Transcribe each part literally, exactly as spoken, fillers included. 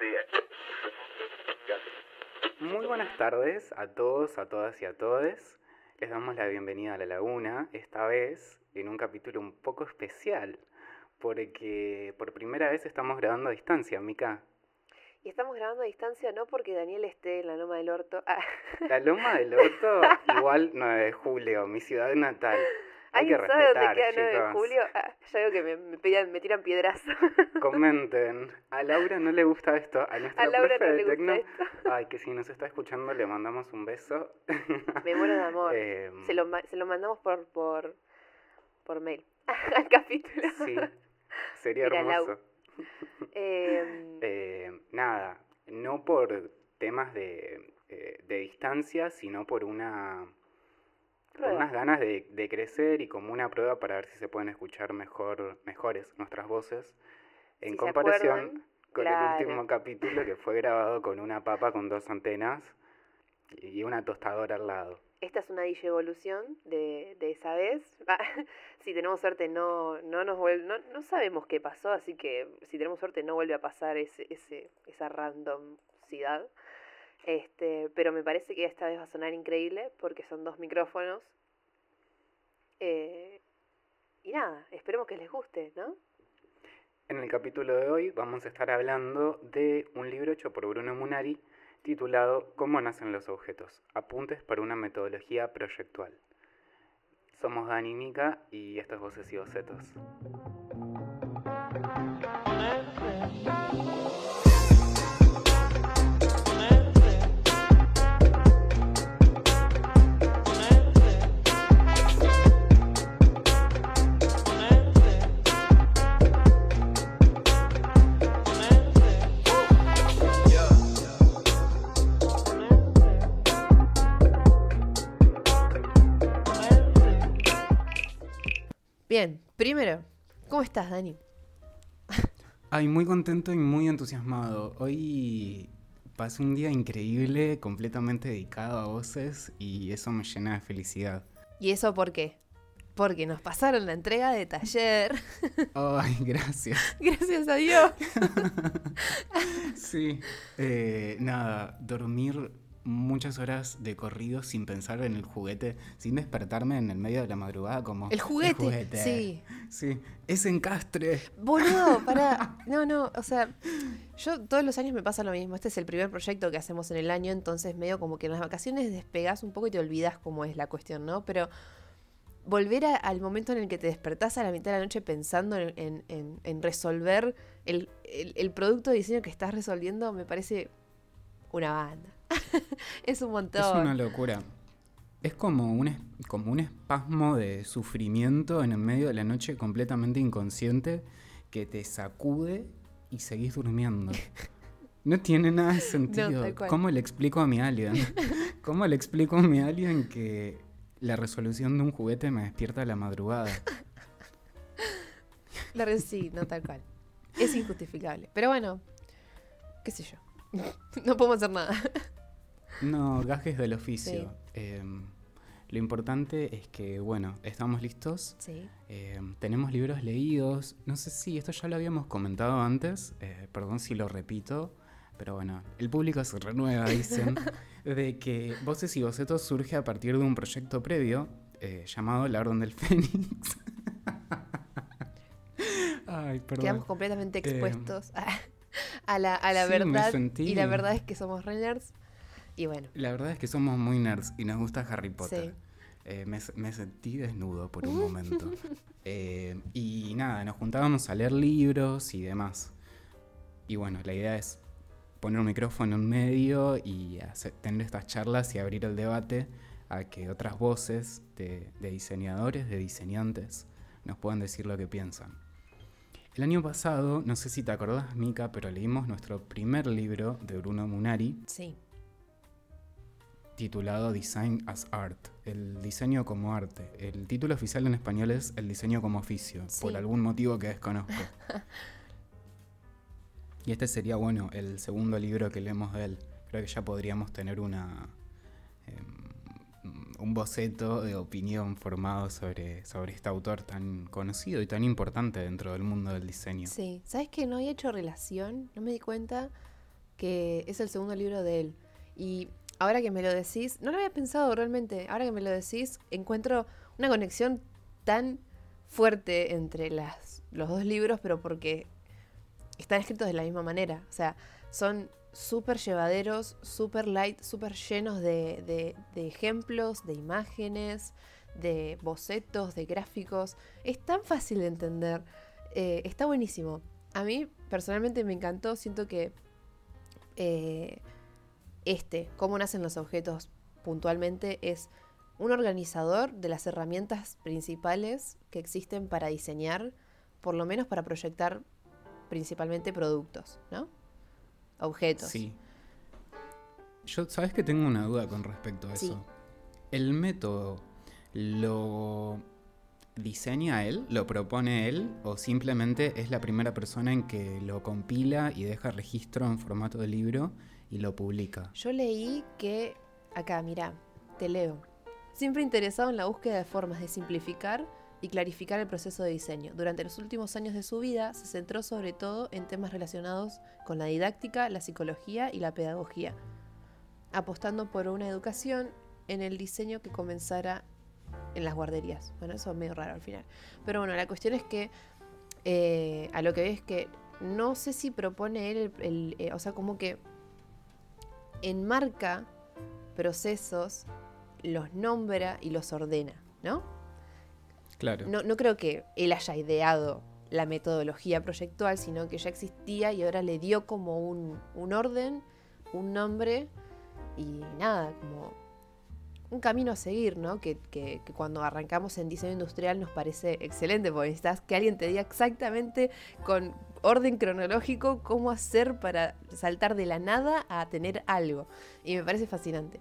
Muy buenas tardes a todos, a todas y a todes. Les damos la bienvenida a La Laguna, esta vez en un capítulo un poco especial, porque por primera vez estamos grabando a distancia, Mica. Y estamos grabando a distancia no porque Daniel esté en la Loma del Orto. Ah. La Loma del Orto, igual nueve de julio, mi ciudad natal. Hay que ¿Alguien sabe dónde respetar, queda nueve de chicos. julio? Ah, ya veo que me, me, pegan, me tiran piedrazo. Comenten. A Laura no le gusta esto. A nuestra A Laura profe no de le gusta tecno. esto. Ay, que si nos está escuchando le mandamos un beso. Me muero de amor. Eh, Se, lo, ma- se lo mandamos por, por, por mail al capítulo. Sí, sería Mira, Lau. hermoso. Eh, Eh, nada, no por temas de, eh, de distancia, sino por una por Prueba. unas ganas de, de crecer y como una prueba para ver si se pueden escuchar mejor mejores nuestras voces en Si se comparación acuerdan, con claro. el último capítulo que fue grabado con una papa con dos antenas y una tostadora al lado. Esta es una evolución de, de esa vez. Ah, si tenemos suerte no no nos vuelve, no, no sabemos qué pasó, así que si tenemos suerte no vuelve a pasar ese, ese esa randomidad. Este, pero me parece que esta vez va a sonar increíble porque son dos micrófonos. Eh, y nada, esperemos que les guste, ¿no? En el capítulo de hoy vamos a estar hablando de un libro hecho por Bruno Munari titulado ¿Cómo nacen los objetos? Apuntes para una metodología proyectual. Somos Dani y Mica y esto es Voces y Bocetos. Bien, primero, ¿cómo estás, Dani? Ay, muy contento y muy entusiasmado. Hoy pasé un día increíble, completamente dedicado a voces y eso me llena de felicidad. ¿Y eso por qué? Porque nos pasaron la entrega de taller. Ay, gracias. Gracias a Dios. Sí, eh, nada, dormir muchas horas de corrido sin pensar en el juguete, sin despertarme en el medio de la madrugada como... El juguete, "El juguete". sí. Sí, ese encastre. Boludo, pará. No, no, o sea, yo todos los años me pasa lo mismo. Este es el primer proyecto que hacemos en el año, entonces medio como que en las vacaciones despegás un poco y te olvidás cómo es la cuestión, ¿no? Pero volver a, al momento en el que te despertás a la mitad de la noche pensando en, en, en, en resolver el, el, el producto de diseño que estás resolviendo me parece una banda. Es un montón. Es una locura. Es como un, es- como un espasmo de sufrimiento en el medio de la noche completamente inconsciente que te sacude y seguís durmiendo. No tiene nada de sentido. No, tal cual. ¿Cómo le explico a mi alien? ¿Cómo le explico a mi alien que la resolución de un juguete me despierta a la madrugada? La re- sí, no tal cual. Es injustificable. Pero bueno, qué sé yo. No podemos hacer nada. No, gajes del oficio. Sí. Eh, lo importante es que, bueno, estamos listos. Sí. Eh, tenemos libros leídos. No sé si esto ya lo habíamos comentado antes. Eh, perdón si lo repito. Pero bueno, el público se renueva, dicen. De que Voces y Bocetos surge a partir de un proyecto previo eh, llamado La Orden del Fénix. Ay, perdón. Quedamos completamente Eh, expuestos a, a la, a la sí, me verdad. sentí- Y la verdad es que somos re nerds. Y bueno, La verdad es que somos muy nerds y nos gusta Harry Potter. Sí. Eh, me, me sentí desnudo por un momento. Eh, y nada, nos juntábamos a leer libros y demás. Y bueno, la idea es poner un micrófono en medio y hacer- tener estas charlas y abrir el debate a que otras voces de, de diseñadores, de diseñantes, nos puedan decir lo que piensan. El año pasado, no sé si te acordás, Mica, pero leímos nuestro primer libro de Bruno Munari, sí. titulado Design as Art, el diseño como arte. El título oficial en español es El diseño como oficio, Sí. por algún motivo que desconozco. Y este sería, bueno, el segundo libro que leemos de él. Creo que ya podríamos tener una eh, un boceto de opinión formado sobre, sobre este autor tan conocido y tan importante dentro del mundo del diseño. Sí. ¿Sabes que no había hecho relación? No me di cuenta, que es el segundo libro de él. Y ahora que me lo decís, no lo había pensado realmente, ahora que me lo decís, encuentro una conexión tan fuerte entre las, los dos libros, pero porque están escritos de la misma manera. O sea, son súper llevaderos, súper light, súper llenos de, de, de ejemplos, de imágenes, de bocetos, de gráficos. Es tan fácil de entender. Eh, está buenísimo. A mí personalmente me encantó. Siento que eh, este, cómo nacen los objetos puntualmente, es un organizador de las herramientas principales que existen para diseñar, por lo menos para proyectar principalmente productos, ¿no? Objetos. Sí. Yo, ¿sabes que tengo una duda con respecto a eso? Sí. ¿El método lo diseña él, lo propone él, o simplemente es la primera persona en que lo compila y deja registro en formato de libro y lo publica? Yo leí que, acá, mirá, te leo. Siempre interesado en la búsqueda de formas de simplificar y clarificar el proceso de diseño. Durante los últimos años de su vida se centró sobre todo en temas relacionados con la didáctica, la psicología y la pedagogía, apostando por una educación en el diseño que comenzara en las guarderías. Bueno, eso es medio raro al final. Pero bueno, la cuestión es que eh, a lo que veo es que no sé si propone él, el, el, eh, o sea, como que enmarca procesos, los nombra y los ordena, ¿no? Claro. No, no creo que él haya ideado la metodología proyectual, sino que ya existía y ahora le dio como un, un orden, un nombre y nada, como un camino a seguir, ¿no? Que, que, que cuando arrancamos en diseño industrial nos parece excelente, porque necesitas que alguien te diga exactamente con orden cronológico cómo hacer para saltar de la nada a tener algo. Y me parece fascinante.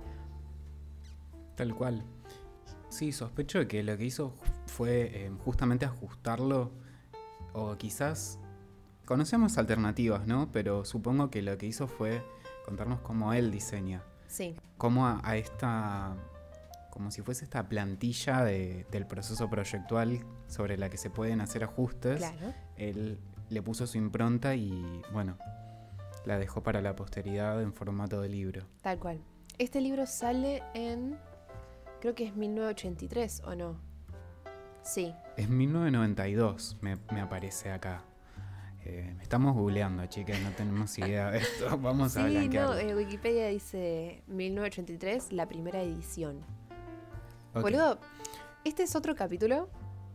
Tal cual. Sí, sospecho de que lo que hizo fue eh, justamente ajustarlo, o quizás conocemos alternativas, ¿no? Pero supongo que lo que hizo fue contarnos cómo él diseña. Sí. Cómo a, a esta, como si fuese esta plantilla de, del proceso proyectual sobre la que se pueden hacer ajustes. Claro. Él le puso su impronta y, bueno, la dejó para la posteridad en formato de libro. Tal cual. Este libro sale en... creo que es mil novecientos ochenta y tres, ¿o no? Sí. Es mil novecientos noventa y dos, me, me aparece acá. Eh, estamos googleando, chicas, no tenemos idea de esto. Vamos a Sí, blanquearlo. no, eh, Wikipedia dice mil novecientos ochenta y tres, la primera edición. Ok. Boludo, este es otro capítulo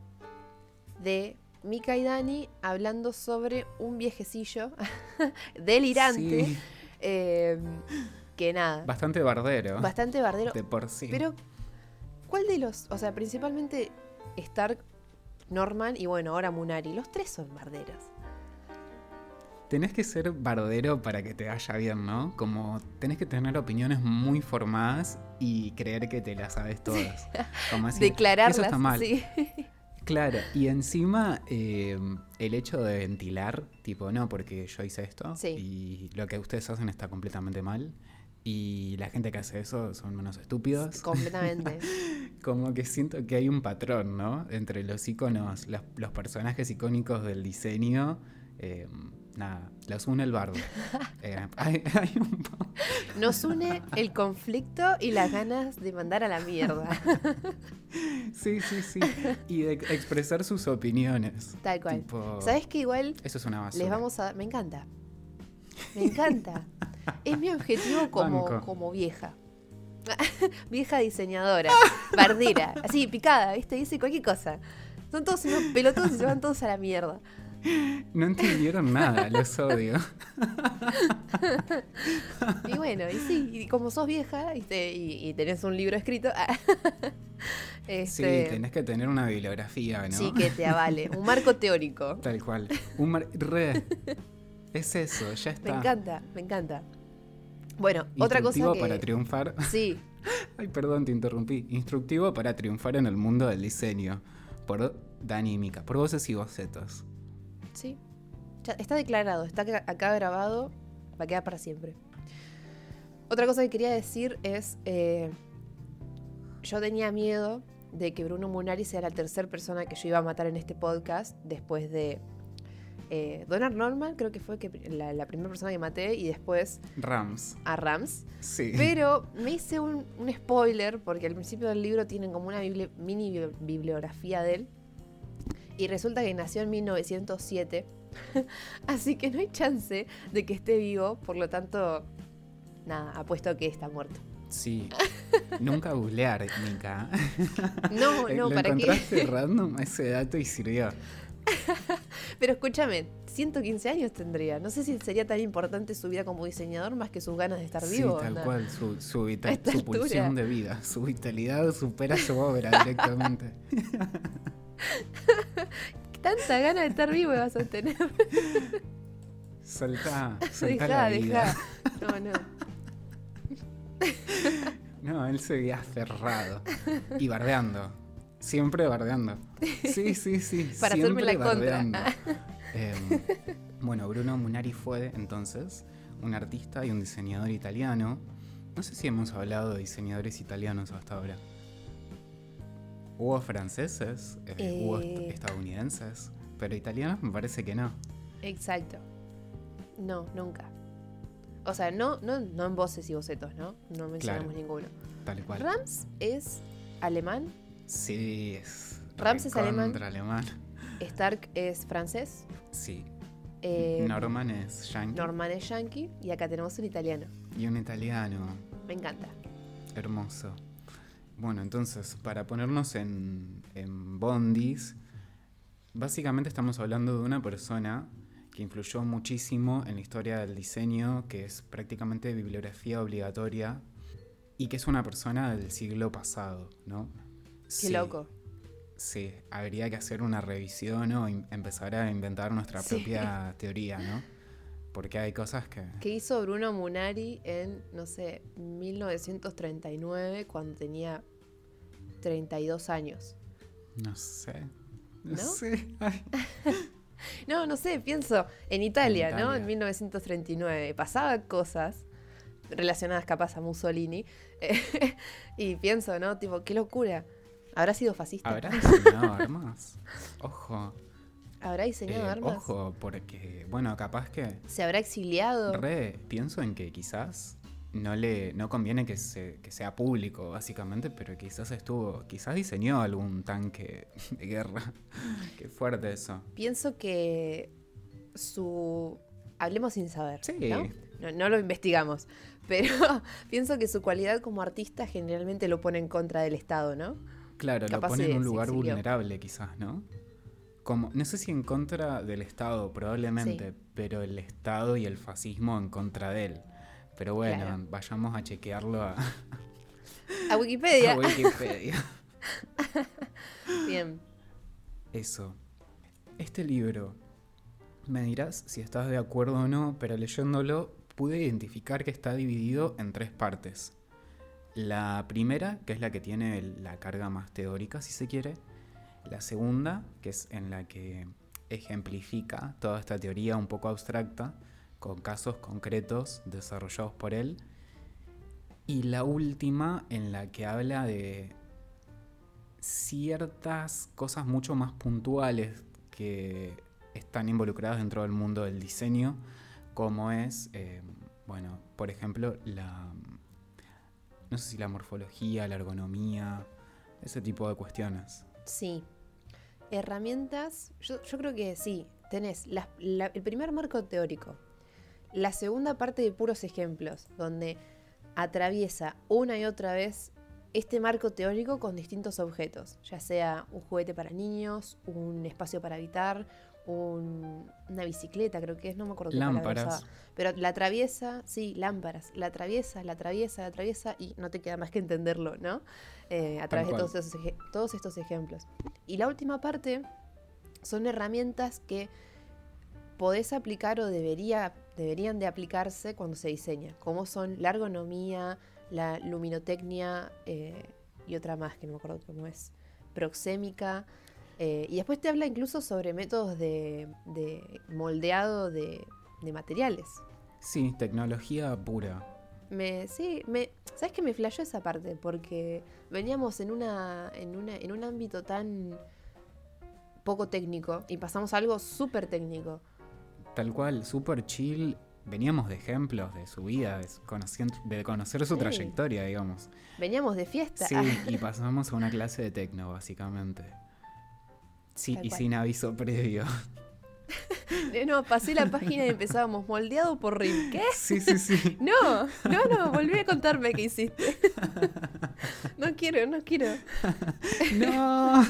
de Mika y Dani hablando sobre un viejecillo delirante. Sí. eh, que nada, Bastante bardero. bastante bardero. De por sí. Pero, ¿cuál de los...? O sea, principalmente Stark, Norman y bueno, ahora Munari. Los tres son barderos. Tenés que ser bardero para que te vaya bien, ¿no? Como tenés que tener opiniones muy formadas y creer que te las sabes todas. Como decir, Declararlas, eso está mal. sí. Claro, y encima eh, el hecho de ventilar, tipo, no, porque yo hice esto Sí. y lo que ustedes hacen está completamente mal y la gente que hace eso son unos estúpidos. Completamente. Como que siento que hay un patrón, ¿no? Entre los iconos, los, los personajes icónicos del diseño, eh, nada, los une el bardo. Eh, hay, hay un... Nos une el conflicto y las ganas de mandar a la mierda. Sí, sí, sí. Y de expresar sus opiniones. Tal cual. Tipo, ¿Sabes qué? Igual eso es una basura. les vamos a... Me encanta. Me encanta. Es mi objetivo como, Banco. como vieja. Vieja diseñadora. Bardera. Así, picada, ¿viste? Dice cualquier cosa. Son todos unos pelotudos y se van todos a la mierda. No entendieron nada, los odio. Y bueno, y sí, y como sos vieja y, te- y- y tenés un libro escrito, Sí, este, tenés que tener una bibliografía, ¿no? sí que te avale, un marco teórico. Tal cual. Un mar- re. Es eso, ya está. Me encanta, me encanta. Bueno, otra cosa Instructivo que... para triunfar. Sí, Ay, perdón, te interrumpí. Instructivo para triunfar en el mundo del diseño. Por Dani y Mika. Por voces y bocetos. sí. Ya está declarado, está acá- acá grabado, va a quedar para siempre. Otra cosa que quería decir es, eh, yo tenía miedo de que Bruno Munari sea la tercera persona que yo iba a matar en este podcast después de eh, Donald Norman, creo que fue que la, la primera persona que maté, y después Rams. a Rams. Sí. Pero me hice un, un spoiler, porque al principio del libro tienen como una bibli- mini bi- bibliografía de él. Y resulta que nació en mil novecientos siete. Así que no hay chance de que esté vivo. Por lo tanto, nada, apuesto que está muerto. Sí. Nunca googlear, Nika. No, no, Lo ¿para qué? encontraste random ese dato y sirvió. Pero escúchame, ciento quince años tendría. No sé si sería tan importante su vida como diseñador más que sus ganas de estar vivo. Sí, tal ¿no? cual. Su, su, vita- A esta su altura. pulsión de vida. Su vitalidad supera su obra directamente. Tanta ganas de estar vivo vas a tener. Soltá, soltá Dejá, la vida. dejá. No, no. No, él se veía aferrado. Y bardeando. Siempre bardeando. Sí, sí, sí. Para hacerme siempre la contra. bardeando. Eh, bueno, Bruno Munari fue entonces un artista y un diseñador italiano. No sé si hemos hablado de diseñadores italianos hasta ahora. Hubo franceses, eh, Eh. hubo est- estadounidenses, pero italianos me parece que no. Exacto. No, nunca. O sea, no, no, no en voces y bocetos, ¿no? No mencionamos Claro. ninguno. Tal cual. Rams es alemán, Sí, es. Rams es alemán. recontra alemán. Stark es francés, Sí. eh, Norman es yankee. Norman es yankee, y acá tenemos un italiano. Y un italiano. Me encanta. Hermoso. Bueno, entonces, para ponernos en, en bondis, básicamente estamos hablando de una persona que influyó muchísimo en la historia del diseño, que es prácticamente bibliografía obligatoria, y que es una persona del siglo pasado, ¿no? Qué Sí, loco. Sí, habría que hacer una revisión o in- empezar a inventar nuestra Sí. propia teoría, ¿no? Porque hay cosas que... ¿Qué hizo Bruno Munari en, no sé, mil novecientos treinta y nueve, cuando tenía treinta y dos años? No sé. No, ¿No? sé. Ay. No, no sé, pienso en Italia, En ¿no? Italia. En mil novecientos treinta y nueve pasaban cosas relacionadas capaz a Mussolini. eh, y pienso, ¿no? Tipo, qué locura. ¿Habrá sido fascista? ¿Habrá diseñado armas? Ojo. ¿Habrá diseñado eh, armas? Ojo, porque, bueno, capaz que... ¿Se habrá exiliado? Re, pienso en que quizás no le no conviene que, se, que sea público, básicamente, pero quizás estuvo... Quizás diseñó algún tanque de guerra. Qué fuerte eso. Pienso que su... Hablemos sin saber, Sí. ¿no? No, no lo investigamos, pero pienso que su cualidad como artista generalmente lo pone en contra del Estado, ¿no? Claro, Capaz lo pone se- en un se lugar exilió. vulnerable quizás, ¿no? Como, no sé si en contra del Estado, probablemente, Sí. pero el Estado y el fascismo en contra de él. Pero bueno, Claro. vayamos a chequearlo a, A Wikipedia. a Wikipedia. Bien. Eso. Este libro, me dirás si estás de acuerdo o no, pero leyéndolo pude identificar que está dividido en tres partes. La primera, que es la que tiene el- la carga más teórica, si se quiere. La segunda, que es en la que ejemplifica toda esta teoría un poco abstracta, con casos concretos desarrollados por él. Y la última, en la que habla de ciertas cosas mucho más puntuales que están involucradas dentro del mundo del diseño, como es, eh, bueno, por ejemplo, la, no sé si la morfología, la ergonomía, ese tipo de cuestiones. Sí. Herramientas, yo, yo creo que sí. Tenés las- la- el primer marco teórico, la segunda parte de puros ejemplos, donde atraviesa una y otra vez este marco teórico con distintos objetos, ya sea un juguete para niños, un espacio para habitar, un- una bicicleta, creo que es, no me acuerdo qué palabra Lámparas. usaba. Pero la atraviesa, sí, lámparas, la atraviesa, la atraviesa, la atraviesa, y no te queda más que entenderlo, ¿no? Eh, a través de cual. todos estos, eje- todos estos ejemplos. Y la última parte son herramientas que podés aplicar o debería, deberían de aplicarse cuando se diseña, como son la ergonomía, la luminotecnia eh, y otra más que no me acuerdo cómo es, proxémica. Eh, y después te habla incluso sobre métodos de, de moldeado de, de materiales. Sí, tecnología pura. Me, sí, me, ¿sabes qué? Me flashó esa parte, porque veníamos en una, en una, en un ámbito tan poco técnico y pasamos a algo súper técnico. Tal cual, súper chill. Veníamos de ejemplos de su vida, de, su conocien- de conocer su Sí. trayectoria, digamos. Veníamos de fiesta. Sí, y pasamos a una clase de tecno, básicamente. Sí, Tal y cual. sin aviso previo. Eh, No, pasé la página y empezábamos moldeado por Rim. ¿Qué? Sí, sí, sí. No, no, no, volví a contarme qué hiciste. No quiero, no quiero. No.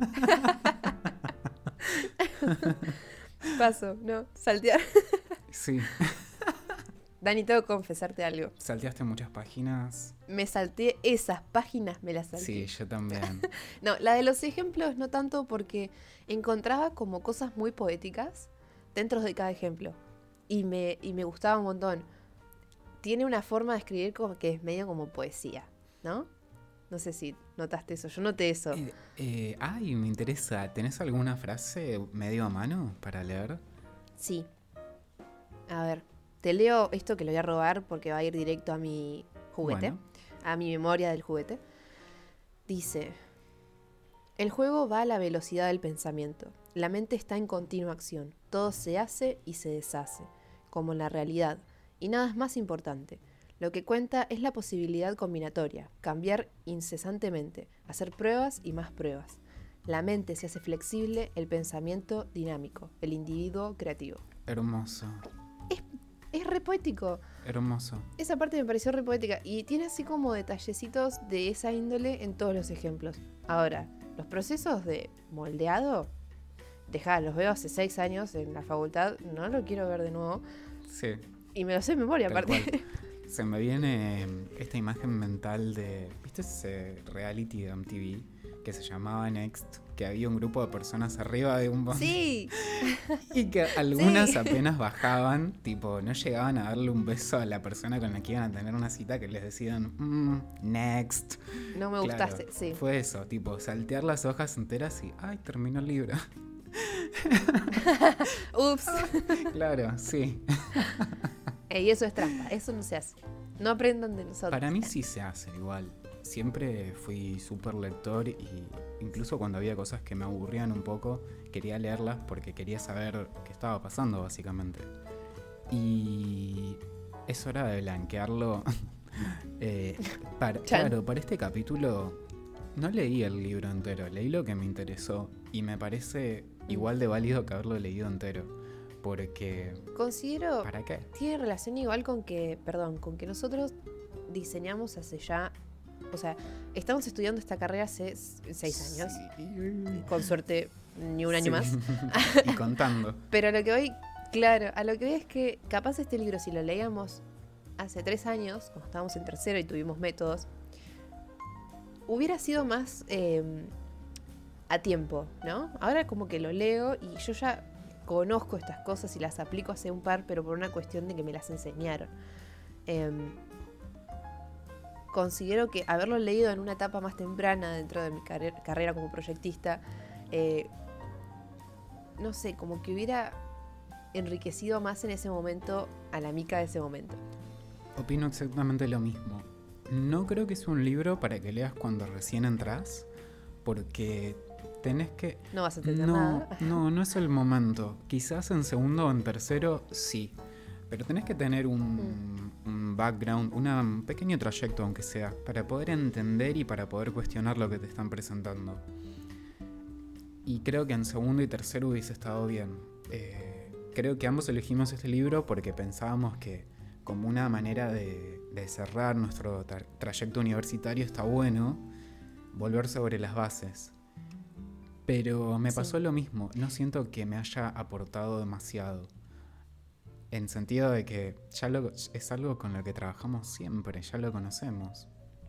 Paso, no, saltear. Sí, Dani, tengo que confesarte algo. salteaste muchas páginas. Me salté esas páginas, me las salté. Sí, yo también. No, la de los ejemplos no tanto porque encontraba como cosas muy poéticas dentro de cada ejemplo. Y me, y me gustaba un montón. Tiene una forma de escribir como que es medio como poesía, ¿no? No sé si notaste eso, yo noté eso. Eh, eh, ay, me interesa. ¿Tenés alguna frase medio a mano para leer? Sí. A ver, te leo esto que lo voy a robar porque va a ir directo a mi juguete, Bueno. a mi memoria del juguete. Dice, el juego va a la velocidad del pensamiento. La mente está en continua acción. Todo se hace y se deshace, como en la realidad. Y nada es más importante. Lo que cuenta es la posibilidad combinatoria, cambiar incesantemente, hacer pruebas y más pruebas. La mente se hace flexible, el pensamiento dinámico, el individuo creativo. Hermoso, Es re poético. hermoso. Esa parte me pareció re poética. Y tiene así como detallecitos de esa índole en todos los ejemplos. Ahora, los procesos de moldeado, dejá, los veo hace seis años en la facultad, no lo quiero ver de nuevo. Sí, Y me lo sé de memoria, tal aparte. cual. Se me viene eh, esta imagen mental de... ¿Viste ese reality de M T V que se llamaba Next? Que había un grupo de personas arriba de un bondi. Sí, Y que algunas Sí. apenas bajaban, tipo, no llegaban a darle un beso a la persona con la que iban a tener una cita, que les decían, "Mm, next". no me Claro, gustaste, sí. Fue eso, tipo, saltear las hojas enteras y, ay, terminó el libro. Ups. Claro, sí. Y eso es trampa, eso no se hace. No aprendan de nosotros. Para mí sí se hace igual. Siempre fui súper lector y incluso cuando había cosas que me aburrían un poco, quería leerlas porque quería saber qué estaba pasando, básicamente. Y es hora de blanquearlo. Eh, para, Chan. claro, para este capítulo no leí el libro entero, leí lo que me interesó y me parece igual de válido que haberlo leído entero. Porque, Considero, ¿para qué? tiene relación igual con que, perdón, con que nosotros diseñamos hace ya, o sea, estamos estudiando esta carrera hace s- seis años, Sí. con suerte ni un año Sí. más, Y contando. pero a lo que voy, claro, a lo que voy es que capaz este libro si lo leíamos hace tres años, cuando estábamos en tercero y tuvimos métodos, hubiera sido más eh, a tiempo, ¿no? Ahora como que lo leo y yo ya conozco estas cosas y las aplico hace un par, pero por una cuestión de que me las enseñaron. Eh, considero que haberlo leído en una etapa más temprana dentro de mi carre- carrera como proyectista, eh, no sé, como que hubiera enriquecido más en ese momento a la mica de ese momento. Opino exactamente lo mismo. No creo que sea un libro para que leas cuando recién entras, porque tenés que... No vas a entender No, nada. no, no es el momento. Quizás en segundo o en tercero sí, pero tenés que tener un, un background, una- un pequeño trayecto aunque sea, para poder entender y para poder cuestionar lo que te están presentando. Y creo que en segundo y tercero hubiese estado bien. Eh, creo que ambos elegimos este libro porque pensábamos que como una manera de, de cerrar nuestro tra- trayecto universitario está bueno volver sobre las bases. Pero me Sí. pasó lo mismo, no siento que me haya aportado demasiado. En sentido de que ya lo, es algo con lo que trabajamos siempre, ya lo conocemos.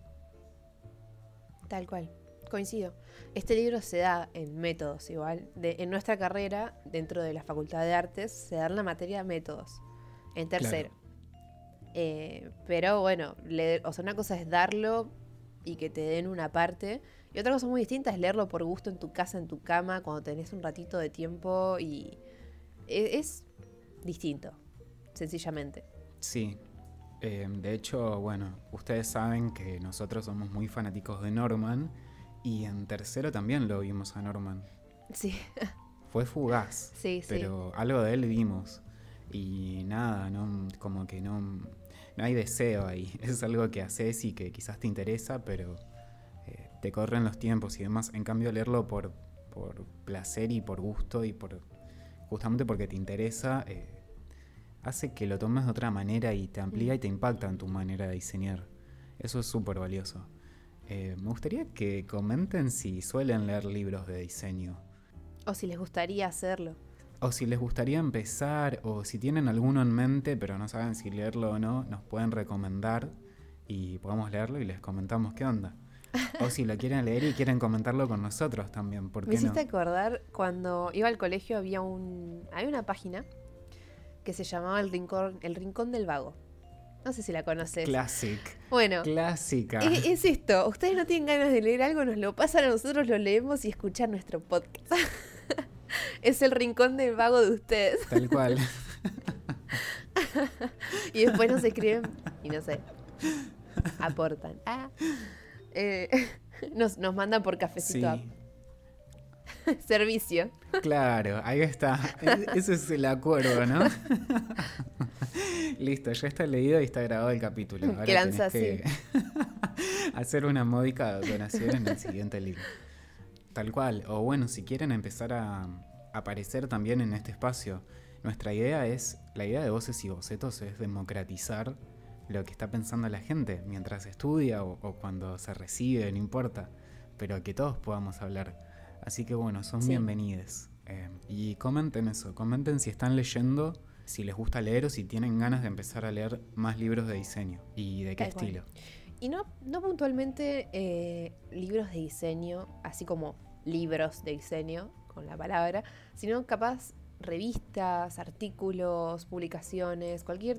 Tal cual, coincido. Este libro se da en métodos igual. De, en nuestra carrera, dentro de la Facultad de Artes, se da la materia métodos, en tercero. Eh, pero bueno, leer, o sea, una cosa es darlo y que te den una parte. Y otra cosa muy distinta es leerlo por gusto en tu casa, en tu cama, cuando tenés un ratito de tiempo y e- es distinto, sencillamente. Sí, eh, de hecho, bueno, ustedes saben que nosotros somos muy fanáticos de Norman y en tercero también lo vimos a Norman. Sí, Fue fugaz, sí, sí. pero algo de él vimos. y nada, ¿no? Como que no, no hay deseo ahí. Es algo que haces y que quizás te interesa, pero eh, te corren los tiempos y demás. En cambio, leerlo por, por placer y por gusto y por justamente porque te interesa, eh, hace que lo tomes de otra manera y te amplía y te impacta en tu manera de diseñar. Eso es súper valioso. Eh, me gustaría que comenten si suelen leer libros de diseño. O si les gustaría hacerlo. O si les gustaría empezar, o si tienen alguno en mente pero no saben si leerlo o no, nos pueden recomendar y podemos leerlo y les comentamos qué onda. O si lo quieren leer y quieren comentarlo con nosotros también, ¿por qué Me hiciste no? acordar cuando iba al colegio había un había una página que se llamaba El Rincón, El Rincón del Vago. No sé si la conoces. Classic. Bueno, Clásica. es, es esto. Ustedes no tienen ganas de leer algo, nos lo pasan a nosotros, lo leemos y escuchan nuestro podcast. Es el Rincón del Vago de ustedes. Tal cual. Y después nos escriben y no sé, aportan. Ah, eh, nos, nos mandan por cafecito. Sí. A... Servicio. Claro, ahí está. Ese es el acuerdo, ¿no? Listo, ya está leído y está grabado el capítulo. Ahora Que lanza tenés que hacer una módica donación en el siguiente link. Tal cual. O bueno, si quieren empezar a aparecer también en este espacio, nuestra idea es, la idea de Voces y Bocetos es democratizar lo que está pensando la gente mientras estudia o, o cuando se recibe, no importa, pero que todos podamos hablar. Así que bueno, son Sí. bienvenidos. Eh, y comenten eso, comenten si están leyendo, si les gusta leer o si tienen ganas de empezar a leer más libros de diseño y de qué Tal cual. estilo. Y no, no puntualmente eh, libros de diseño, así como libros de diseño, con la palabra, sino capaz revistas, artículos, publicaciones, cualquier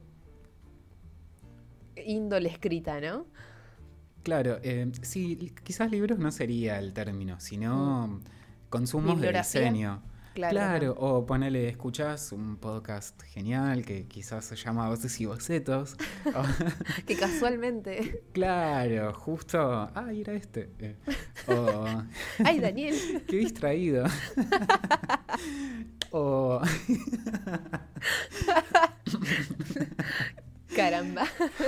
índole escrita, ¿no? Claro, eh, sí, quizás libros no sería el término, sino mm. consumos de Bibliografía. diseño. Claro. Claro, o ponele, escuchás un podcast genial que quizás se llama Voces y Bocetos. o- Que casualmente. claro, justo, ah, era este. Eh, o, ¡Ay, Daniel! qué distraído. o, Caramba.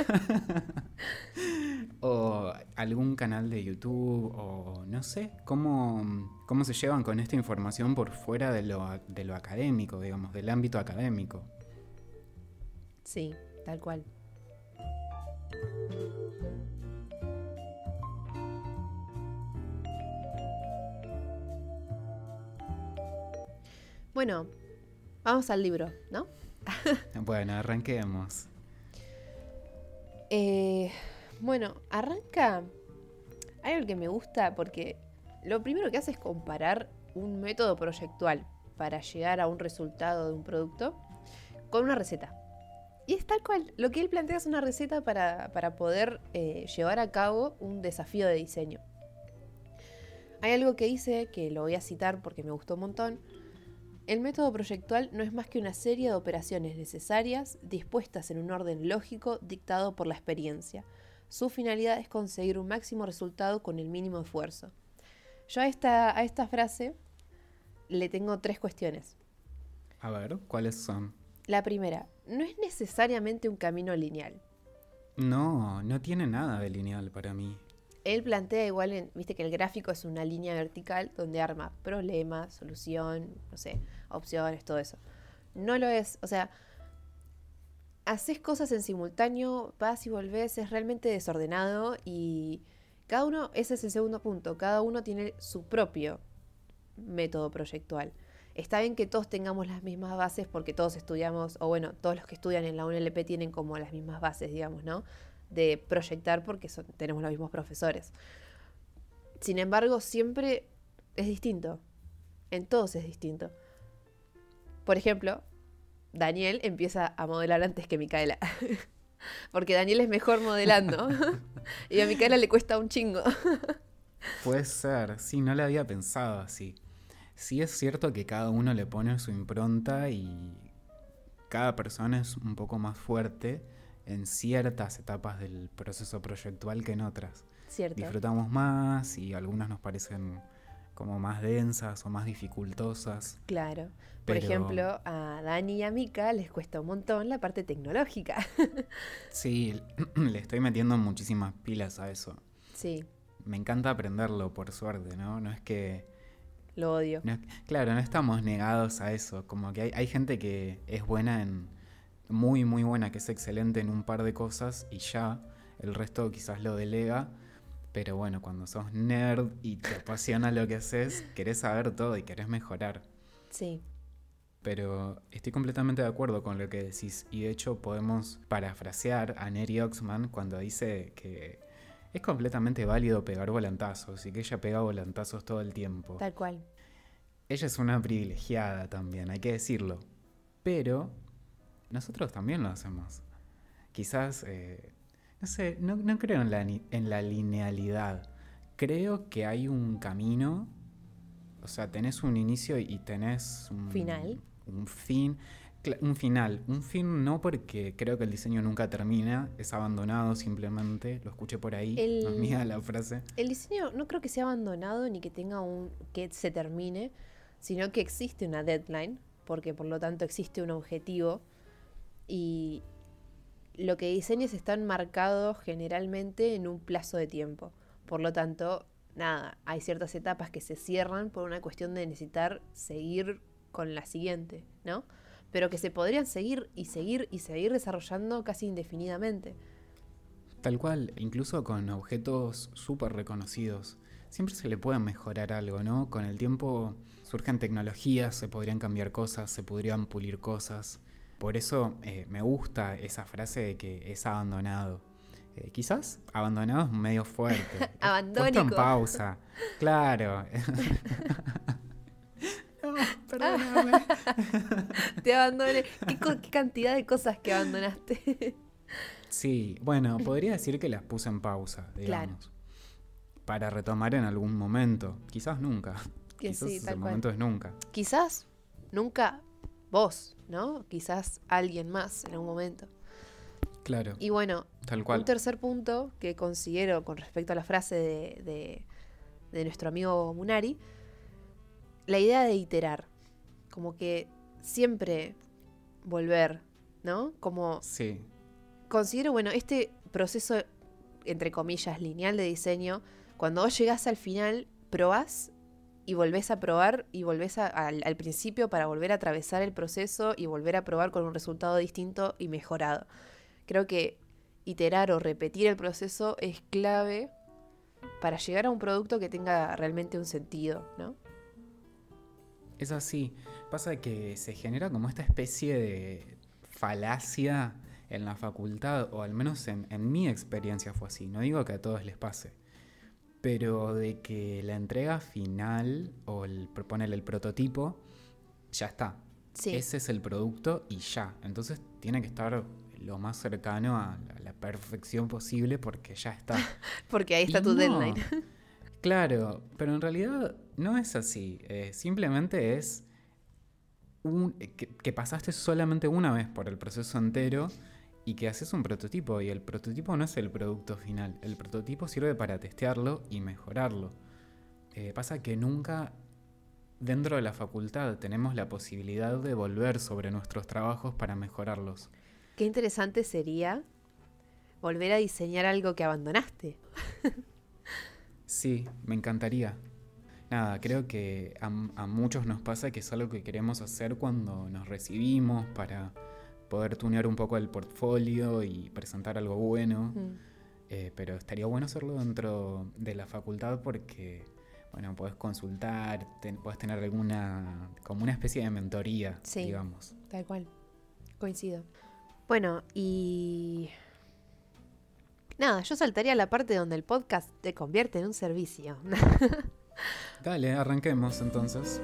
o algún canal de YouTube, o no sé, cómo, cómo se llevan con esta información por fuera de lo, de lo académico, digamos, del ámbito académico. Sí, tal cual. Bueno, vamos al libro, ¿no? Bueno, arranquemos. Eh, bueno, arranca. Hay algo que me gusta porque lo primero que hace es comparar un método proyectual para llegar a un resultado de un producto con una receta. Y es tal cual. Lo que él plantea es una receta para, para poder eh, llevar a cabo un desafío de diseño. Hay algo que dice, que lo voy a citar porque me gustó un montón. El método proyectual no es más que una serie de operaciones necesarias dispuestas en un orden lógico dictado por la experiencia. Su finalidad es conseguir un máximo resultado con el mínimo esfuerzo. Yo a esta, a esta frase le tengo tres cuestiones. A ver, ¿cuáles son? La primera, no es necesariamente un camino lineal. No, no tiene nada de lineal para mí. Él plantea igual, en, viste que el gráfico es una línea vertical donde arma problema, solución, no sé, opciones, todo eso. No lo es, o sea, haces cosas en simultáneo, vas y volvés, es realmente desordenado y cada uno, ese es el segundo punto, cada uno tiene su propio método proyectual. Está bien que todos tengamos las mismas bases porque todos estudiamos, o bueno, todos los que estudian en la U N L P tienen como las mismas bases, digamos, ¿no? De proyectar porque son, tenemos los mismos profesores. Sin embargo, siempre es distinto. En todos es distinto. Por ejemplo, Daniel empieza a modelar antes que Micaela. Porque Daniel es mejor modelando. Y a Micaela le cuesta un chingo. Puede ser, sí, no lo había pensado así. Sí es cierto que cada uno le pone su impronta y cada persona es un poco más fuerte en ciertas etapas del proceso proyectual que en otras. Cierto. Disfrutamos más y algunas nos parecen como más densas o más dificultosas. Claro. Por Pero ejemplo, a Dani y a Mika les cuesta un montón la parte tecnológica. sí, le estoy metiendo muchísimas pilas a eso. Sí, Me encanta aprenderlo, por suerte, ¿no? No es que... lo odio. no es- claro, no estamos negados a eso. Como que hay, hay gente que es buena en... Muy, muy buena, que es excelente en un par de cosas y ya. El resto quizás lo delega. Pero bueno, cuando sos nerd y te apasiona lo que haces, querés saber todo y querés mejorar. Sí, Pero estoy completamente de acuerdo con lo que decís. Y de hecho podemos parafrasear a Neri Oxman cuando dice que es completamente válido pegar volantazos y que ella pega volantazos todo el tiempo. tal cual. Ella es una privilegiada también, hay que decirlo. Pero nosotros también lo hacemos. Quizás, eh, no sé, no, no creo en la, ni- en la linealidad. Creo que hay un camino. O sea, tenés un inicio y tenés un Final. un fin. Cla- Un final. Un fin no porque creo que el diseño nunca termina, es abandonado simplemente. Lo escuché por ahí, El- no es mía la frase. El diseño no creo que sea abandonado ni que tenga un que se termine, sino que existe una deadline, porque por lo tanto existe un objetivo y lo que diseñes están marcados generalmente en un plazo de tiempo. Por lo tanto, nada, hay ciertas etapas que se cierran por una cuestión de necesitar seguir con la siguiente, ¿no? Pero que se podrían seguir y seguir y seguir desarrollando casi indefinidamente. Tal cual, incluso con objetos súper reconocidos. Siempre se le puede mejorar algo, ¿no? Con el tiempo surgen tecnologías, se podrían cambiar cosas, se podrían pulir cosas. Por eso eh, me gusta esa frase de que es abandonado. Eh, quizás abandonado es medio fuerte. Es Abandónico. puesto en pausa. Claro. No, perdóname. Te abandoné. ¿Qué, co- qué cantidad de cosas que abandonaste? Sí, bueno, podría decir que las puse en pausa, digamos. Para retomar en algún momento. Quizás nunca. Que Quizás sí, ese tal cual. momento es nunca. Quizás nunca vos, ¿no? Quizás alguien más en algún momento. Claro, Y bueno, tal cual. un tercer punto que considero con respecto a la frase de, de, de nuestro amigo Munari, la idea de iterar. Como que siempre volver, ¿no? Como Sí, considero, bueno, este proceso, entre comillas, lineal de diseño, cuando vos llegás al final, probás y volvés a probar y volvés a- al, al principio para volver a atravesar el proceso y volver a probar con un resultado distinto y mejorado. Creo que iterar o repetir el proceso es clave para llegar a un producto que tenga realmente un sentido, ¿no? es así. Pasa que se genera como esta especie de falacia en la facultad, o al menos en, en mi experiencia fue así. No digo que a todos les pase. Pero de que la entrega final, o el proponerle el prototipo, ya está. Sí, Ese es el producto y ya. Entonces tiene que estar lo más cercano a la, la perfección posible porque ya está. porque ahí está Y tu no. deadline. Claro, pero en realidad no es así. Eh, simplemente es un, que, que pasaste solamente una vez por el proceso entero y que haces un prototipo. Y el prototipo no es el producto final. El prototipo sirve para testearlo y mejorarlo. Eh, pasa que nunca dentro de la facultad tenemos la posibilidad de volver sobre nuestros trabajos para mejorarlos. Qué interesante sería volver a diseñar algo que abandonaste. Sí, me encantaría. Nada, creo que a, a muchos nos pasa que es algo que queremos hacer cuando nos recibimos para poder tunear un poco el portfolio y presentar algo bueno. Mm. Eh, pero estaría bueno hacerlo dentro de la facultad porque, bueno, podés consultar, ten- podés tener alguna, como una especie de mentoría, Sí. digamos. Tal cual. Coincido. Bueno, y... nada, yo saltaría a la parte donde el podcast te convierte en un servicio. Dale, arranquemos entonces.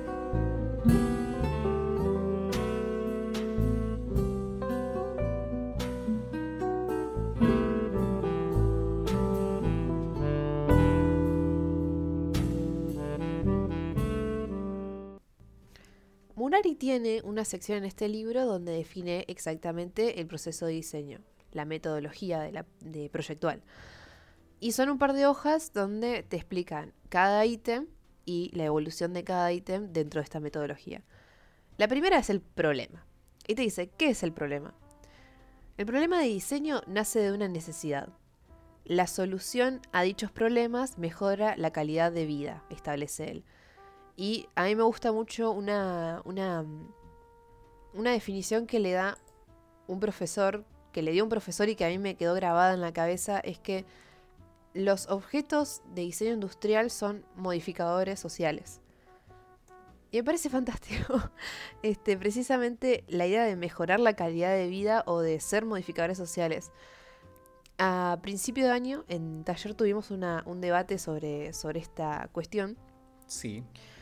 Munari tiene una sección en este libro donde define exactamente el proceso de diseño, la metodología de, la, de proyectual. Y son un par de hojas donde te explican cada ítem y la evolución de cada ítem dentro de esta metodología. La primera es el problema. Y te dice, ¿qué es el problema? El problema de diseño nace de una necesidad. La solución a dichos problemas mejora la calidad de vida, establece él. Y a mí me gusta mucho una, una, una definición que le da un profesor, que le dio un profesor y que a mí me quedó grabada en la cabeza, es que los objetos de diseño industrial son modificadores sociales. Y me parece fantástico. Este, precisamente la idea de mejorar la calidad de vida o de ser modificadores sociales. A principio de año, en taller tuvimos una, un debate sobre, sobre esta cuestión. Sí.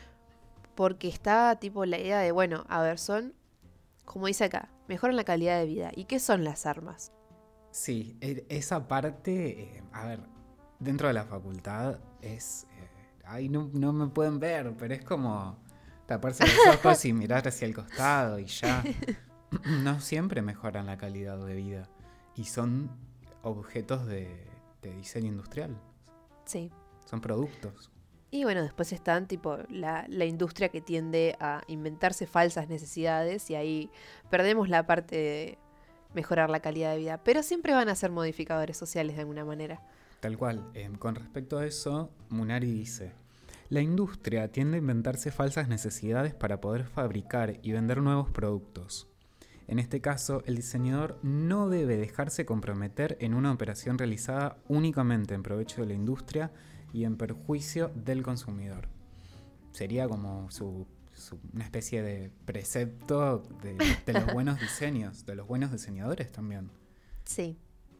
Porque está tipo la idea de, bueno, a ver, son, como dice acá, mejoran la calidad de vida. ¿Y qué son las armas? Sí, esa parte, eh, a ver, dentro de la facultad es... Eh, ahí no, no me pueden ver, pero es como taparse los ojos y mirar hacia el costado y ya. No siempre mejoran la calidad de vida. Y son objetos de, de diseño industrial. Sí. Son productos. Y bueno, después están tipo la, la industria que tiende a inventarse falsas necesidades y ahí perdemos la parte de mejorar la calidad de vida. Pero siempre van a ser modificadores sociales de alguna manera. Tal cual. Eh, con respecto a eso, Munari dice: la industria tiende a inventarse falsas necesidades para poder fabricar y vender nuevos productos. En este caso, el diseñador no debe dejarse comprometer en una operación realizada únicamente en provecho de la industria y en perjuicio del consumidor. Sería como su, su, una especie de precepto de, de los buenos diseños, de los buenos diseñadores también. Sí.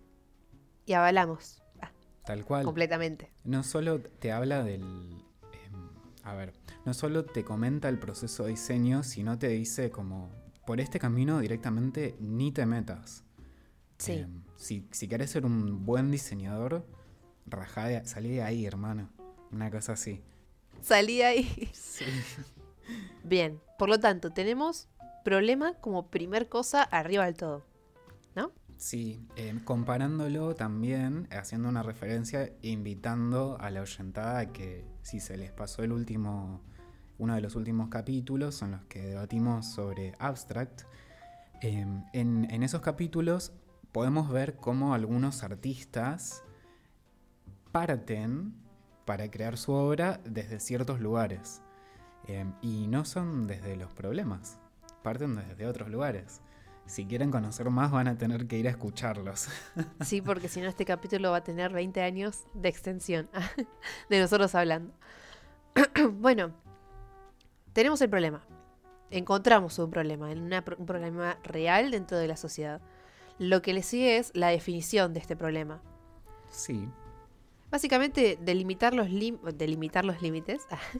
Y avalamos. Ah, Tal cual. Completamente. No solo te habla del... Eh, a ver, no solo te comenta el proceso de diseño, sino te dice como, por este camino directamente ni te metas. Sí. Eh, si, si querés ser un buen diseñador, rajá de, salí de ahí, hermano. Una cosa así. Salí de ahí. Sí. Bien, por lo tanto, tenemos problema como primer cosa arriba del todo, ¿no? Sí, eh, comparándolo también, haciendo una referencia, invitando a la oyentada a que si se les pasó el último, uno de los últimos capítulos en los que debatimos sobre Abstract, eh, en, en esos capítulos podemos ver cómo algunos artistas parten para crear su obra desde ciertos lugares. Eh, y no son desde los problemas, parten desde otros lugares. Si quieren conocer más van a tener que ir a escucharlos. Sí, porque si no este capítulo va a tener veinte años de extensión de nosotros hablando. Bueno, tenemos el problema. Encontramos un problema, una, un problema real dentro de la sociedad. Lo que le sigue es la definición de este problema. Sí. Básicamente, delimitar los, lim- delimitar los límites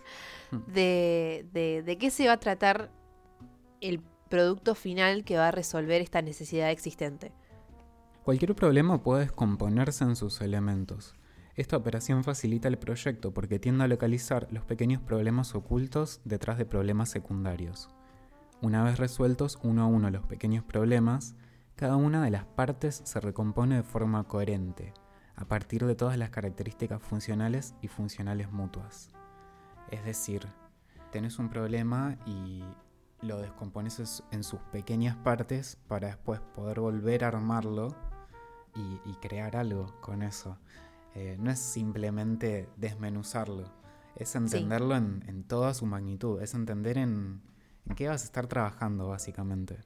de, de, de qué se va a tratar el producto final que va a resolver esta necesidad existente. Cualquier problema puede descomponerse en sus elementos. Esta operación facilita el proyecto porque tiende a localizar los pequeños problemas ocultos detrás de problemas secundarios. Una vez resueltos uno a uno los pequeños problemas, cada una de las partes se recompone de forma coherente, a partir de todas las características funcionales y funcionales mutuas. Es decir, tenés un problema y lo descompones en sus pequeñas partes para después poder volver a armarlo y, y crear algo con eso. Eh, no es simplemente desmenuzarlo, es entenderlo sí. en, en toda su magnitud, es entender en, en qué vas a estar trabajando básicamente.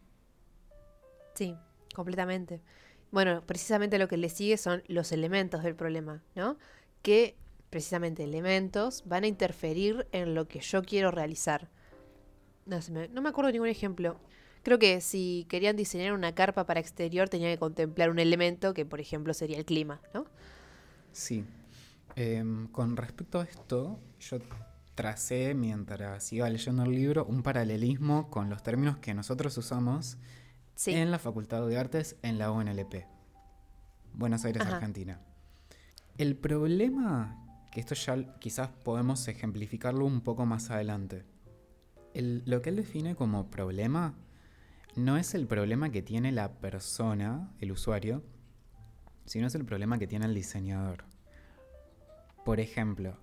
Sí, completamente. Bueno, precisamente lo que le sigue son los elementos del problema, ¿no? Que precisamente elementos van a interferir en lo que yo quiero realizar. No, se me, no me acuerdo de ningún ejemplo. Creo que si querían diseñar una carpa para exterior tenían que contemplar un elemento que, por ejemplo, sería el clima, ¿no? Sí. Eh, con respecto a esto, yo tracé, mientras iba leyendo el libro, un paralelismo con los términos que nosotros usamos sí. en la Facultad de Artes en la U N L P. Buenos Aires, Ajá. Argentina. El problema, que esto ya quizás podemos ejemplificarlo un poco más adelante. El, lo que él define como problema no es el problema que tiene la persona, el usuario, sino es el problema que tiene el diseñador. Por ejemplo,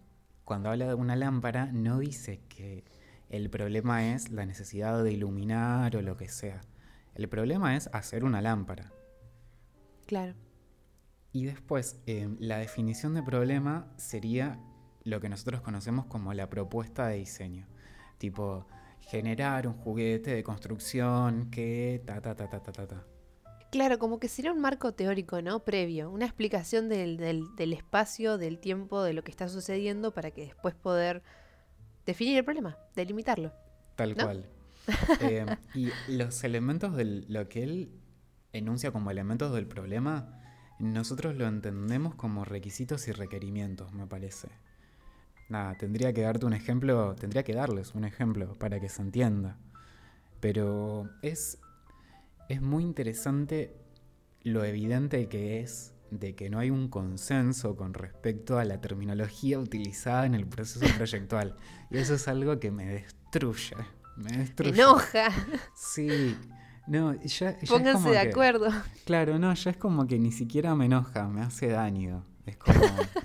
cuando habla de una lámpara, no dice que el problema es la necesidad de iluminar o lo que sea. El problema es hacer una lámpara. Claro. Y después, eh, la definición de problema sería lo que nosotros conocemos como la propuesta de diseño. Tipo, generar un juguete de construcción que ta ta ta ta ta ta ta. Claro, como que sería un marco teórico, ¿no? Previo, una explicación del, del, del espacio, del tiempo, de lo que está sucediendo para que después poder definir el problema, delimitarlo. Tal ¿no? cual. eh, y los elementos de lo que él enuncia como elementos del problema, nosotros lo entendemos como requisitos y requerimientos, me parece. Nada, tendría que darte un ejemplo, tendría que darles un ejemplo para que se entienda. Pero es, es muy interesante lo evidente que es de que no hay un consenso con respecto a la terminología utilizada en el proceso proyectual. Y eso es algo que me destruye. Me destruye. Me enoja. Sí. No, ya, ya Pónganse es como de que, acuerdo. Claro, no, ya es como que ni siquiera me enoja, me hace daño. Es como...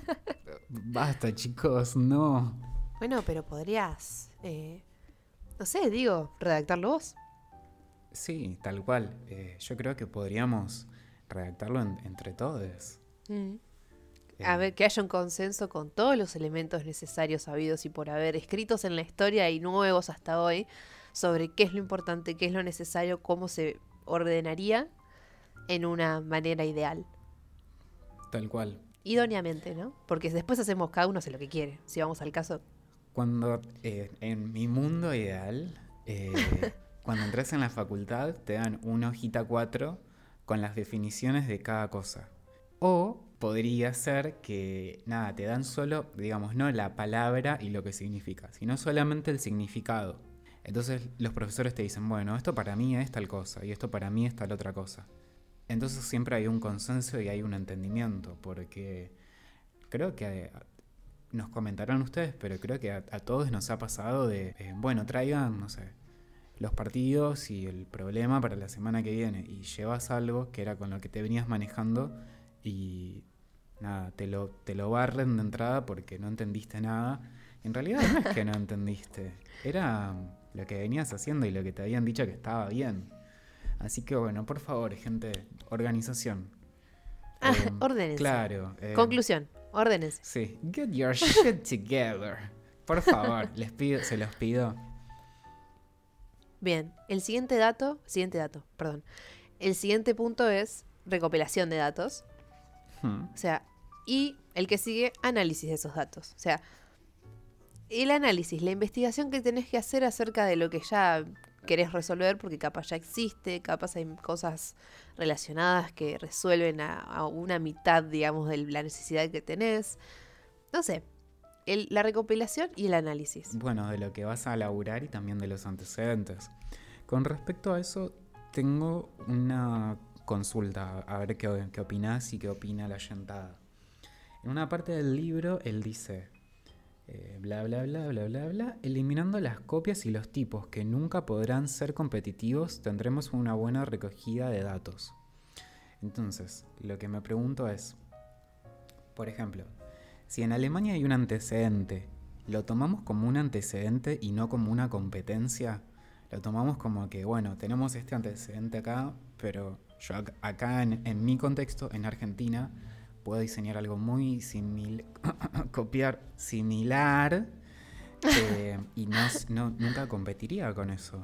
Basta, chicos, no. Bueno, pero podrías, eh, no sé, digo, redactarlo vos. Sí, tal cual. Eh, yo creo que podríamos redactarlo en- entre todos. Mm. Eh, A ver, que haya un consenso con todos los elementos necesarios, habidos y por haber, escritos en la historia y nuevos hasta hoy, sobre qué es lo importante, qué es lo necesario, cómo se ordenaría en una manera ideal. Tal cual. Idóneamente, ¿no? Porque después hacemos cada uno hace lo que quiere, si vamos al caso. Cuando eh, en mi mundo ideal, eh, cuando entras en la facultad, te dan una hojita cuatro con las definiciones de cada cosa. O podría ser que, nada, te dan solo, digamos, no la palabra y lo que significa, sino solamente el significado. Entonces los profesores te dicen, bueno, esto para mí es tal cosa y esto para mí es tal otra cosa. Entonces siempre hay un consenso y hay un entendimiento, porque creo que nos comentarán ustedes, pero creo que a, a todos nos ha pasado de, eh, bueno, traigan, no sé, los partidos y el problema para la semana que viene, y llevas algo que era con lo que te venías manejando y nada, te lo, te lo barren de entrada porque no entendiste nada. En realidad no es que no entendiste, era lo que venías haciendo y lo que te habían dicho que estaba bien. Así que bueno, por favor, gente, organización. Ah, Eh, ordénense. Claro. eh, Conclusión, ordénense. Sí, get your shit together. Por favor, les pido, se los pido. Bien, el siguiente dato, siguiente dato, perdón. El siguiente punto es recopilación de datos. Hmm. O sea, y el que sigue, análisis de esos datos. O sea, el análisis, la investigación que tenés que hacer acerca de lo que ya querés resolver, porque capaz ya existe, capaz hay cosas relacionadas que resuelven a, a una mitad, digamos, de la necesidad que tenés. No sé, el, la recopilación y el análisis. Bueno, de lo que vas a laburar y también de los antecedentes. Con respecto a eso, tengo una consulta, a ver qué, qué opinás y qué opina la yentada. En una parte del libro, él dice... Eh, bla bla bla bla bla bla, eliminando las copias y los tipos que nunca podrán ser competitivos, tendremos una buena recogida de datos. Entonces, lo que me pregunto es, por ejemplo, si en Alemania hay un antecedente, ¿lo tomamos como un antecedente y no como una competencia? Lo tomamos como que, bueno, tenemos este antecedente acá, pero yo ac- acá en, en mi contexto, en Argentina, puedo diseñar algo muy similar, copiar similar, eh, y no, no, nunca competiría con eso.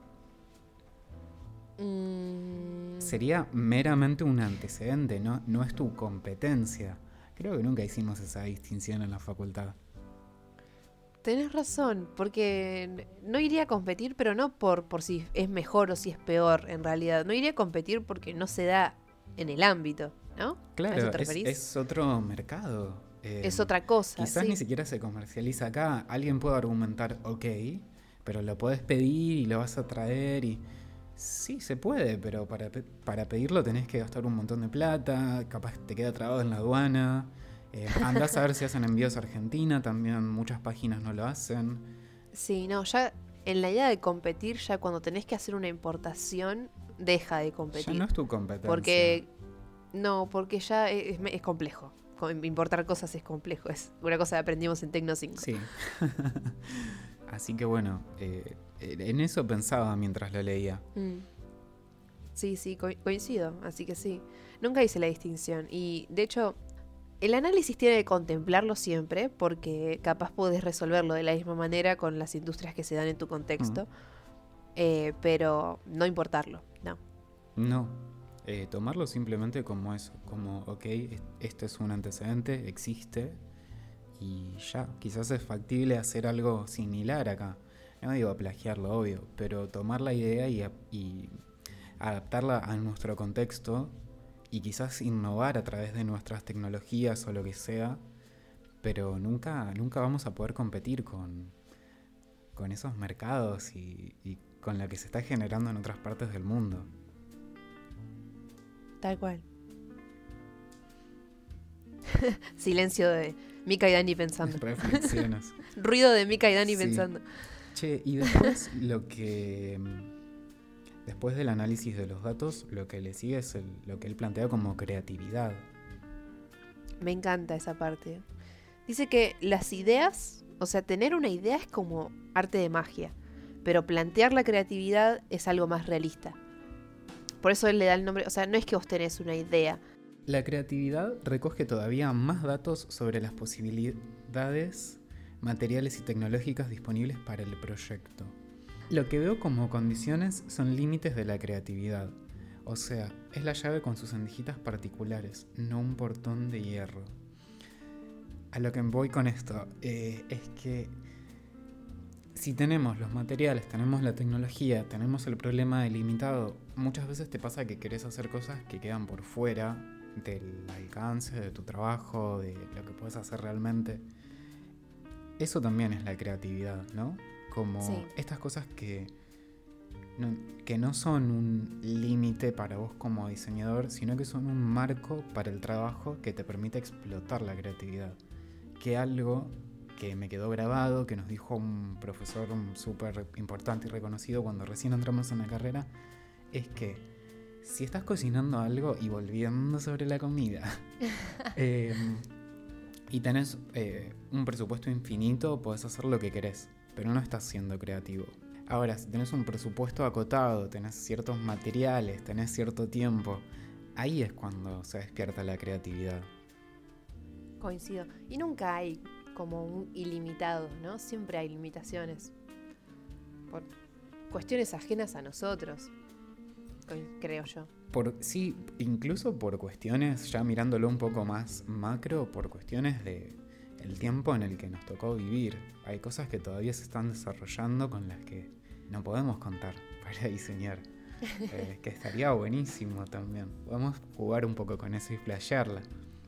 Mm, Sería meramente un antecedente, no, no es tu competencia. Creo que nunca hicimos esa distinción en la facultad. tenés razón, porque no iría a competir, pero no por, por si es mejor o si es peor, en realidad. No iría a competir porque no se da en el ámbito, ¿no? ¿A Claro, eso te es, referís? es otro mercado. Eh, Es otra cosa, Quizás sí. ni siquiera se comercializa acá. Alguien puede argumentar, ok, pero lo podés pedir y lo vas a traer y... Sí, se puede, pero para, pe- para pedirlo tenés que gastar un montón de plata, capaz te queda trabado en la aduana. Eh, andás a ver si hacen envíos a Argentina, también muchas páginas no lo hacen. Sí, no, ya en la idea de competir, ya cuando tenés que hacer una importación, deja de Ya competir. no es tu competencia. Porque, no, porque ya es, es complejo. importar cosas es complejo. Es una cosa que aprendimos en Tecno cinco. Sí. Así que bueno, eh, en eso pensaba mientras lo leía. Mm. Sí, sí, co- coincido, así que sí. Nunca hice la distinción y de hecho el análisis tiene que contemplarlo siempre porque capaz podés resolverlo de la misma manera con las industrias que se dan en tu contexto, Mm. eh, pero no importarlo, no. No, eh, tomarlo simplemente como eso, como, ok, es- esto es un antecedente, existe, y ya, quizás es factible hacer algo similar acá. No digo plagiarlo, obvio, pero tomar la idea y, a- y adaptarla a nuestro contexto y quizás innovar a través de nuestras tecnologías o lo que sea, pero nunca, nunca vamos a poder competir con, con esos mercados y, y con lo que se está generando en otras partes del mundo. Tal cual. Silencio de Mika y Dani pensando. Reflexiones. Ruido de Mika y Dani Sí. pensando. Che, y después lo que... Después del análisis de los datos, lo que le sigue es el- lo que él plantea como creatividad. Me encanta esa parte. Dice que las ideas, o sea, tener una idea es como arte de magia, pero plantear la creatividad es algo más realista. Por eso él le da el nombre, o sea, no es que vos tenés una idea. La creatividad recoge todavía más datos sobre las posibilidades materiales y tecnológicas disponibles para el proyecto. Lo que veo como condiciones son límites de la creatividad. O sea, es la llave con sus endijitas particulares, no un portón de hierro. A lo que voy con esto eh, es que si tenemos los materiales, tenemos la tecnología, tenemos el problema delimitado, muchas veces te pasa que querés hacer cosas que quedan por fuera del alcance de tu trabajo, de lo que puedes hacer realmente. Eso también es la creatividad, ¿no? Como Sí. estas cosas que no, que no son un límite para vos como diseñador, sino que son un marco para el trabajo que te permite explotar la creatividad. Que algo que me quedó grabado, que nos dijo un profesor súper importante y reconocido cuando recién entramos en la carrera, es que si estás cocinando algo y volviendo sobre la comida, eh, y tenés eh, un presupuesto infinito, podés hacer lo que querés, pero no estás siendo creativo. Ahora, si tenés un presupuesto acotado, tenés ciertos materiales, tenés cierto tiempo, ahí es cuando se despierta la creatividad. Coincido. Y nunca hay como un ilimitado, ¿no? Siempre hay limitaciones. Por cuestiones ajenas a nosotros, creo yo. Por, sí, incluso por cuestiones, ya mirándolo un poco más macro, por cuestiones de el tiempo en el que nos tocó vivir. Hay cosas que todavía se están desarrollando con las que no podemos contar para diseñar. Eh, que estaría buenísimo también. Podemos jugar un poco con eso y flashearla.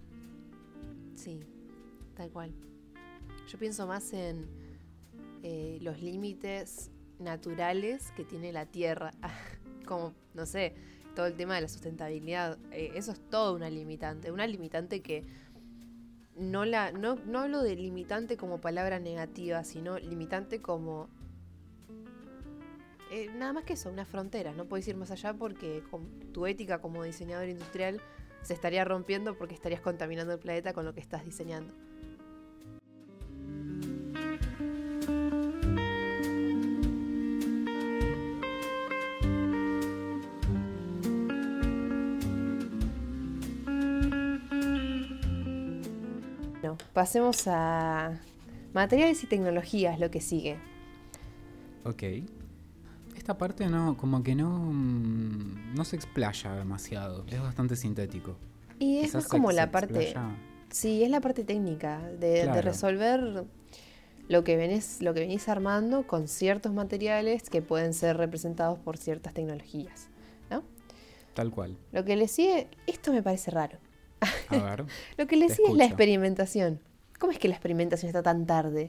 Sí, tal cual. Yo pienso más en eh, los límites naturales que tiene la Tierra. Como, no sé, todo el tema de la sustentabilidad. Eh, eso es todo una limitante. Una limitante que no la no, no hablo de limitante como palabra negativa, sino limitante como... Eh, nada más que eso, una frontera. No puedes ir más allá porque con tu ética como diseñador industrial se estaría rompiendo porque estarías contaminando el planeta con lo que estás diseñando. Bueno, pasemos a materiales y tecnologías, lo que sigue. Ok. Esta parte no, como que no, mm, no se explaya demasiado. Es bastante sintético. Y es Quizás más como se- la se parte... explaya- Sí, es la parte técnica de, Claro. de resolver lo que, venís, lo que venís armando con ciertos materiales que pueden ser representados por ciertas tecnologías, ¿no? Tal cual. Lo que le sigue, esto me parece raro. A ver. Lo que le Te sigue es la escucho. experimentación. ¿Cómo es que la experimentación está tan tarde?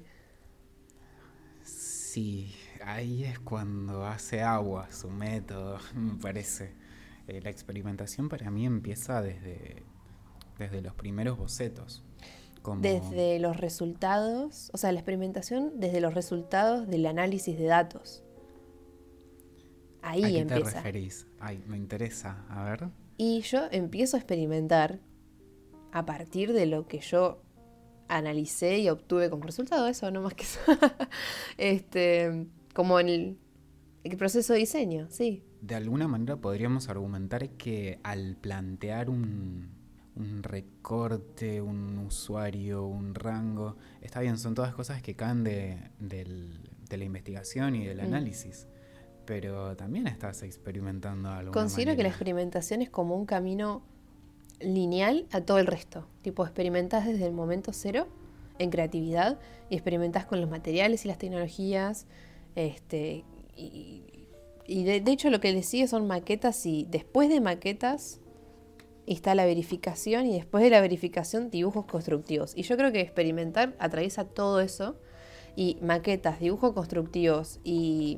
Sí, ahí es cuando hace agua su método, me parece. Eh, la experimentación para mí empieza desde, desde los primeros bocetos. Como... Desde los resultados, o sea, la experimentación desde los resultados del análisis de datos. Ahí ¿A qué empieza. te referís? Ay, me interesa. A ver. Y yo empiezo a experimentar a partir de lo que yo analicé y obtuve como resultado, eso, no más que eso. este, como en el, el proceso de diseño, sí. De alguna manera podríamos argumentar que al plantear un, un recorte, un usuario, un rango, está bien, son todas cosas que caen de, del, de la investigación y del Mm. análisis, pero también estás experimentando algo. Considero que la experimentación es como un camino lineal a todo el resto. Tipo, experimentás desde el momento cero en creatividad y experimentás con los materiales y las tecnologías. Este, y y de, de hecho lo que le sigue son maquetas y después de maquetas está la verificación y después de la verificación dibujos constructivos. Y yo creo que experimentar atraviesa todo eso y maquetas, dibujos constructivos y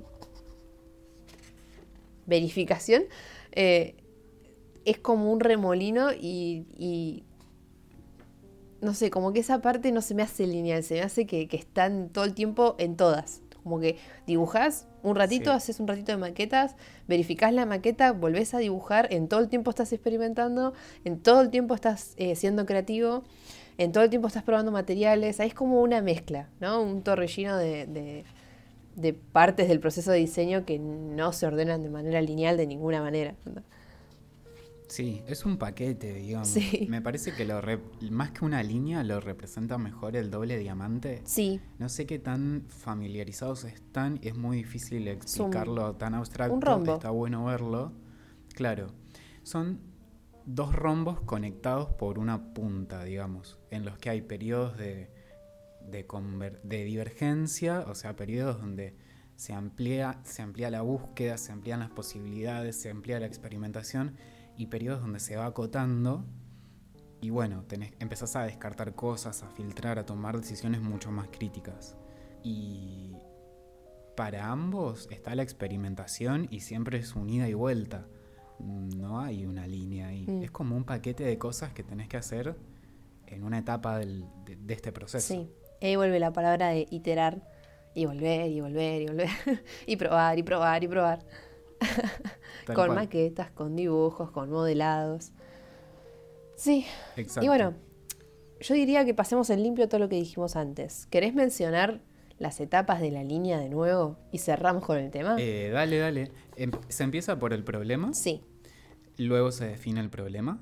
verificación eh, es como un remolino y, y no sé, como que esa parte no se me hace lineal, se me hace que, que están todo el tiempo en todas. Como que dibujás un ratito, Sí. haces un ratito de maquetas, verificás la maqueta, volvés a dibujar, en todo el tiempo estás experimentando, en todo el tiempo estás eh, siendo creativo, en todo el tiempo estás probando materiales. Ahí es como una mezcla, ¿no? Un torbellino de, de, de partes del proceso de diseño que no se ordenan de manera lineal de ninguna manera. Sí, es un paquete, digamos. Sí. Me parece que lo rep- más que una línea lo representa mejor el doble diamante. Sí. No sé qué tan familiarizados están, es muy difícil explicarlo tan abstracto. un rombo. Está bueno verlo. Claro, son dos rombos conectados por una punta, digamos, en los que hay periodos de, de, conver- de divergencia, o sea, periodos donde se amplía, se amplía la búsqueda, se amplían las posibilidades, se amplía la experimentación, y periodos donde se va acotando y bueno, tenés, empezás a descartar cosas, a filtrar, a tomar decisiones mucho más críticas. Y para ambos está la experimentación y siempre es un ida y vuelta. No hay una línea ahí. Mm. Es como un paquete de cosas que tenés que hacer en una etapa del, de, de este proceso. Sí, y ahí vuelve la palabra de iterar y volver y volver y volver y probar y probar y probar. Tal con cual. maquetas, con dibujos, con modelados. Sí, Exacto. y bueno, yo diría que pasemos en limpio todo lo que dijimos antes. ¿Querés mencionar las etapas de la línea de nuevo y cerramos con el tema? Eh, dale, dale. Em- se empieza por el problema. Sí, Luego se define el problema.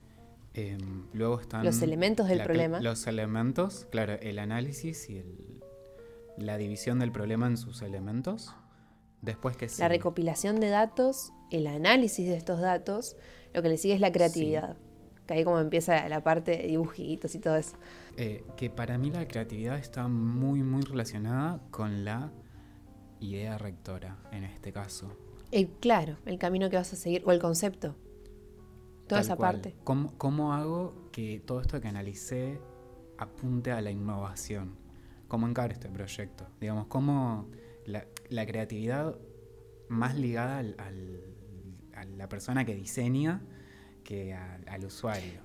Eh, luego están Los elementos del la cl- problema. Los elementos, claro, el análisis y el- la división del problema en sus elementos. Después que la sigue? recopilación de datos, el análisis de estos datos, lo que le sigue es la creatividad. Que ahí como empieza la parte de dibujitos y todo eso. Eh, que para mí la creatividad está muy, muy relacionada con la idea rectora, en este caso. El, claro, el camino que vas a seguir, o el concepto. Toda Tal esa cual. parte. ¿Cómo, ¿Cómo hago que todo esto que analicé apunte a la innovación? ¿Cómo encaro este proyecto? Digamos, ¿cómo la, la creatividad más ligada al, al, a la persona que diseña que a, al usuario?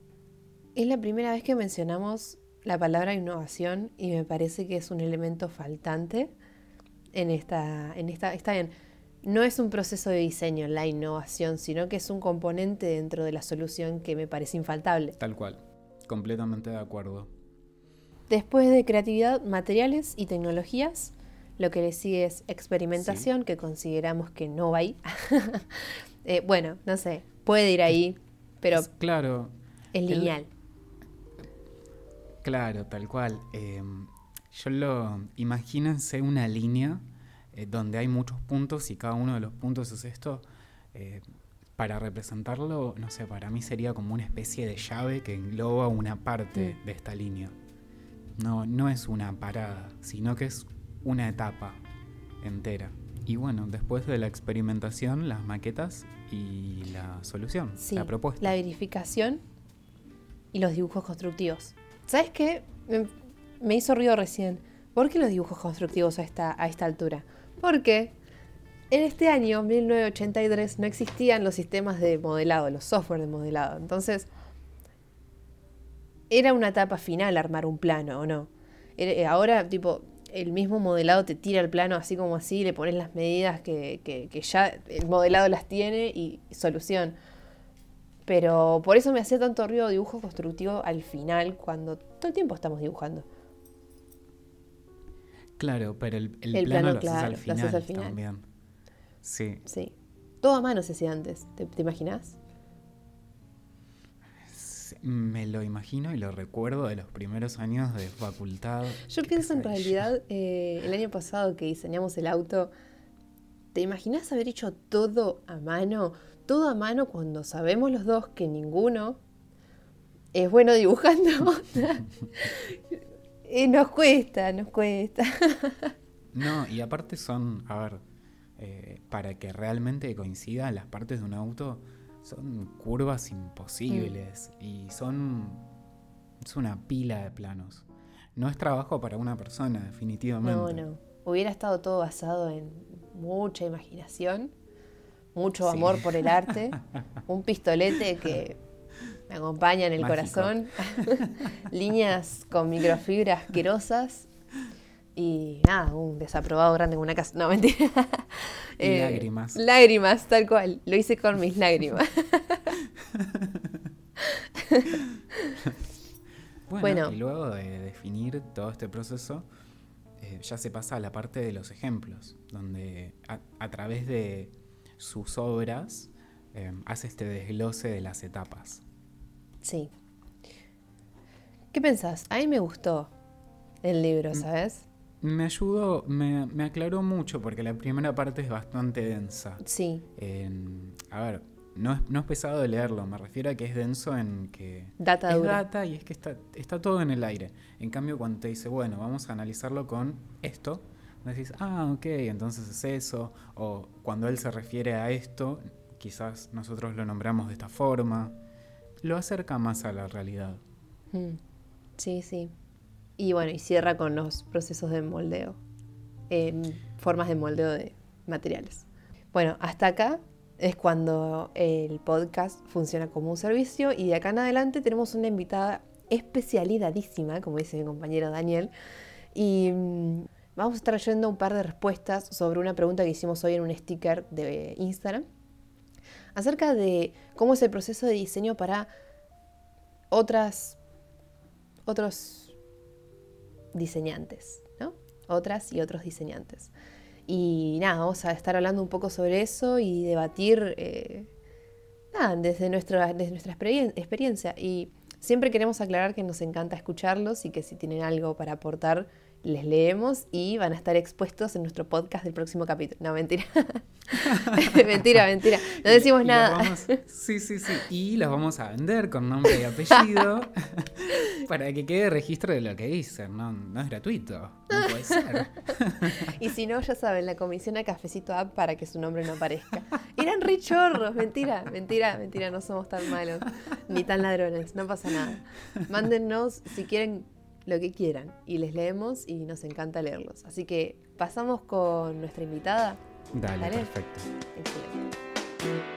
Es la primera vez que mencionamos la palabra innovación y me parece que es un elemento faltante en esta, en esta, está bien, no es un proceso de diseño la innovación, sino que es un componente dentro de la solución que me parece infaltable. Tal cual, completamente de acuerdo. Después de creatividad, materiales y tecnologías, lo que le sigue es experimentación, que consideramos que no va ahí. eh, bueno, no sé, puede ir ahí, pero Es- claro, es el- lineal. claro, tal cual. Eh, yo lo imagínense una línea eh, donde hay muchos puntos y cada uno de los puntos es esto. eh, para representarlo, no sé, para mí sería como una especie de llave que engloba una parte Mm. de esta línea. No, no es una parada, sino que es una etapa entera. Y bueno, después de la experimentación, las maquetas y la solución, Sí, la propuesta. la verificación y los dibujos constructivos. ¿Sabes qué? Me, me hizo ruido recién. ¿Por qué los dibujos constructivos a esta, a esta altura? Porque en este año, mil novecientos ochenta y tres, no existían los sistemas de modelado, los software de modelado. Entonces, era una etapa final armar un plano, ¿o no? Era- Ahora, tipo, el mismo modelado te tira el plano así como así, le pones las medidas que, que, que ya el modelado las tiene y, y solución. Pero por eso me hacía tanto ruido dibujo constructivo al final, cuando todo el tiempo estamos dibujando. Claro, pero el, el, El plano, plano, lo, claro, haces al lo haces final al final. también. Sí. Sí. Todo a mano se hacía antes, ¿te, te imaginas? Sí, me lo imagino y lo recuerdo de los primeros años de facultad. Yo Qué pienso en pesadilla. realidad, eh, el año pasado que diseñamos el auto, ¿te imaginas haber hecho todo a mano? Todo a mano cuando sabemos los dos que ninguno es bueno dibujando. Eh, nos cuesta, nos cuesta. No, y aparte son, a ver, eh, para que realmente coincidan las partes de un auto, son curvas imposibles Mm. y son, es una pila de planos. No es trabajo para una persona, definitivamente. No, no. Hubiera estado todo basado en mucha imaginación, mucho Sí. amor por el arte, un pistolete que me acompaña en el Mágico. corazón, líneas con microfibra asquerosas y nada, un desaprobado grande en una casa. No, mentira. Y lágrimas. Lágrimas, tal cual. Lo hice con mis lágrimas. Bueno, Bueno. y luego de definir todo este proceso, eh, ya se pasa a la parte de los ejemplos, donde a, a través de sus obras eh, hace este desglose de las etapas. Sí. ¿Qué pensás? A mí me gustó el libro, Mm. ¿sabes? Me ayudó, me, me aclaró mucho porque la primera parte es bastante densa. Sí. Eh, a ver, no es, no es pesado de leerlo, me refiero a que es denso en que Data es dura. data y es que está, está todo en el aire. En cambio, cuando te dice, bueno, vamos a analizarlo con esto, decís, ah, ok, entonces es eso. O cuando él se refiere a esto, quizás nosotros lo nombramos de esta forma. Lo acerca más a la realidad. Mm. Sí, sí. Y bueno, y cierra con los procesos de moldeo, en formas de moldeo de materiales. Bueno, hasta acá es cuando el podcast funciona como un servicio y de acá en adelante tenemos una invitada especializadísima, como dice mi compañero Daniel, y mm, vamos a estar leyendo un par de respuestas sobre una pregunta que hicimos hoy en un sticker de Instagram acerca de cómo es el proceso de diseño para otras otros diseñantes, ¿no? Otras y otros diseñantes. Y nada, vamos a estar hablando un poco sobre eso y debatir eh, nada, desde nuestra, desde nuestra experien- experiencia. Y siempre queremos aclarar que nos encanta escucharlos y que si tienen algo para aportar, les leemos y van a estar expuestos en nuestro podcast del próximo capítulo. No, mentira. mentira, mentira. No decimos Y- y nada. los vamos- sí, sí, sí. Y los vamos a vender con nombre y apellido para que quede registro de lo que dicen. No, no es gratuito. No puede ser. Y si no, ya saben, la comisión a Cafecito App para que su nombre no aparezca. Eran re chorros, mentira, mentira, mentira, no somos tan malos, ni tan ladrones, no pasa nada. Mándennos si quieren lo que quieran y les leemos y nos encanta leerlos. Así que pasamos con nuestra invitada. Dale, Dale. perfecto. Excelente.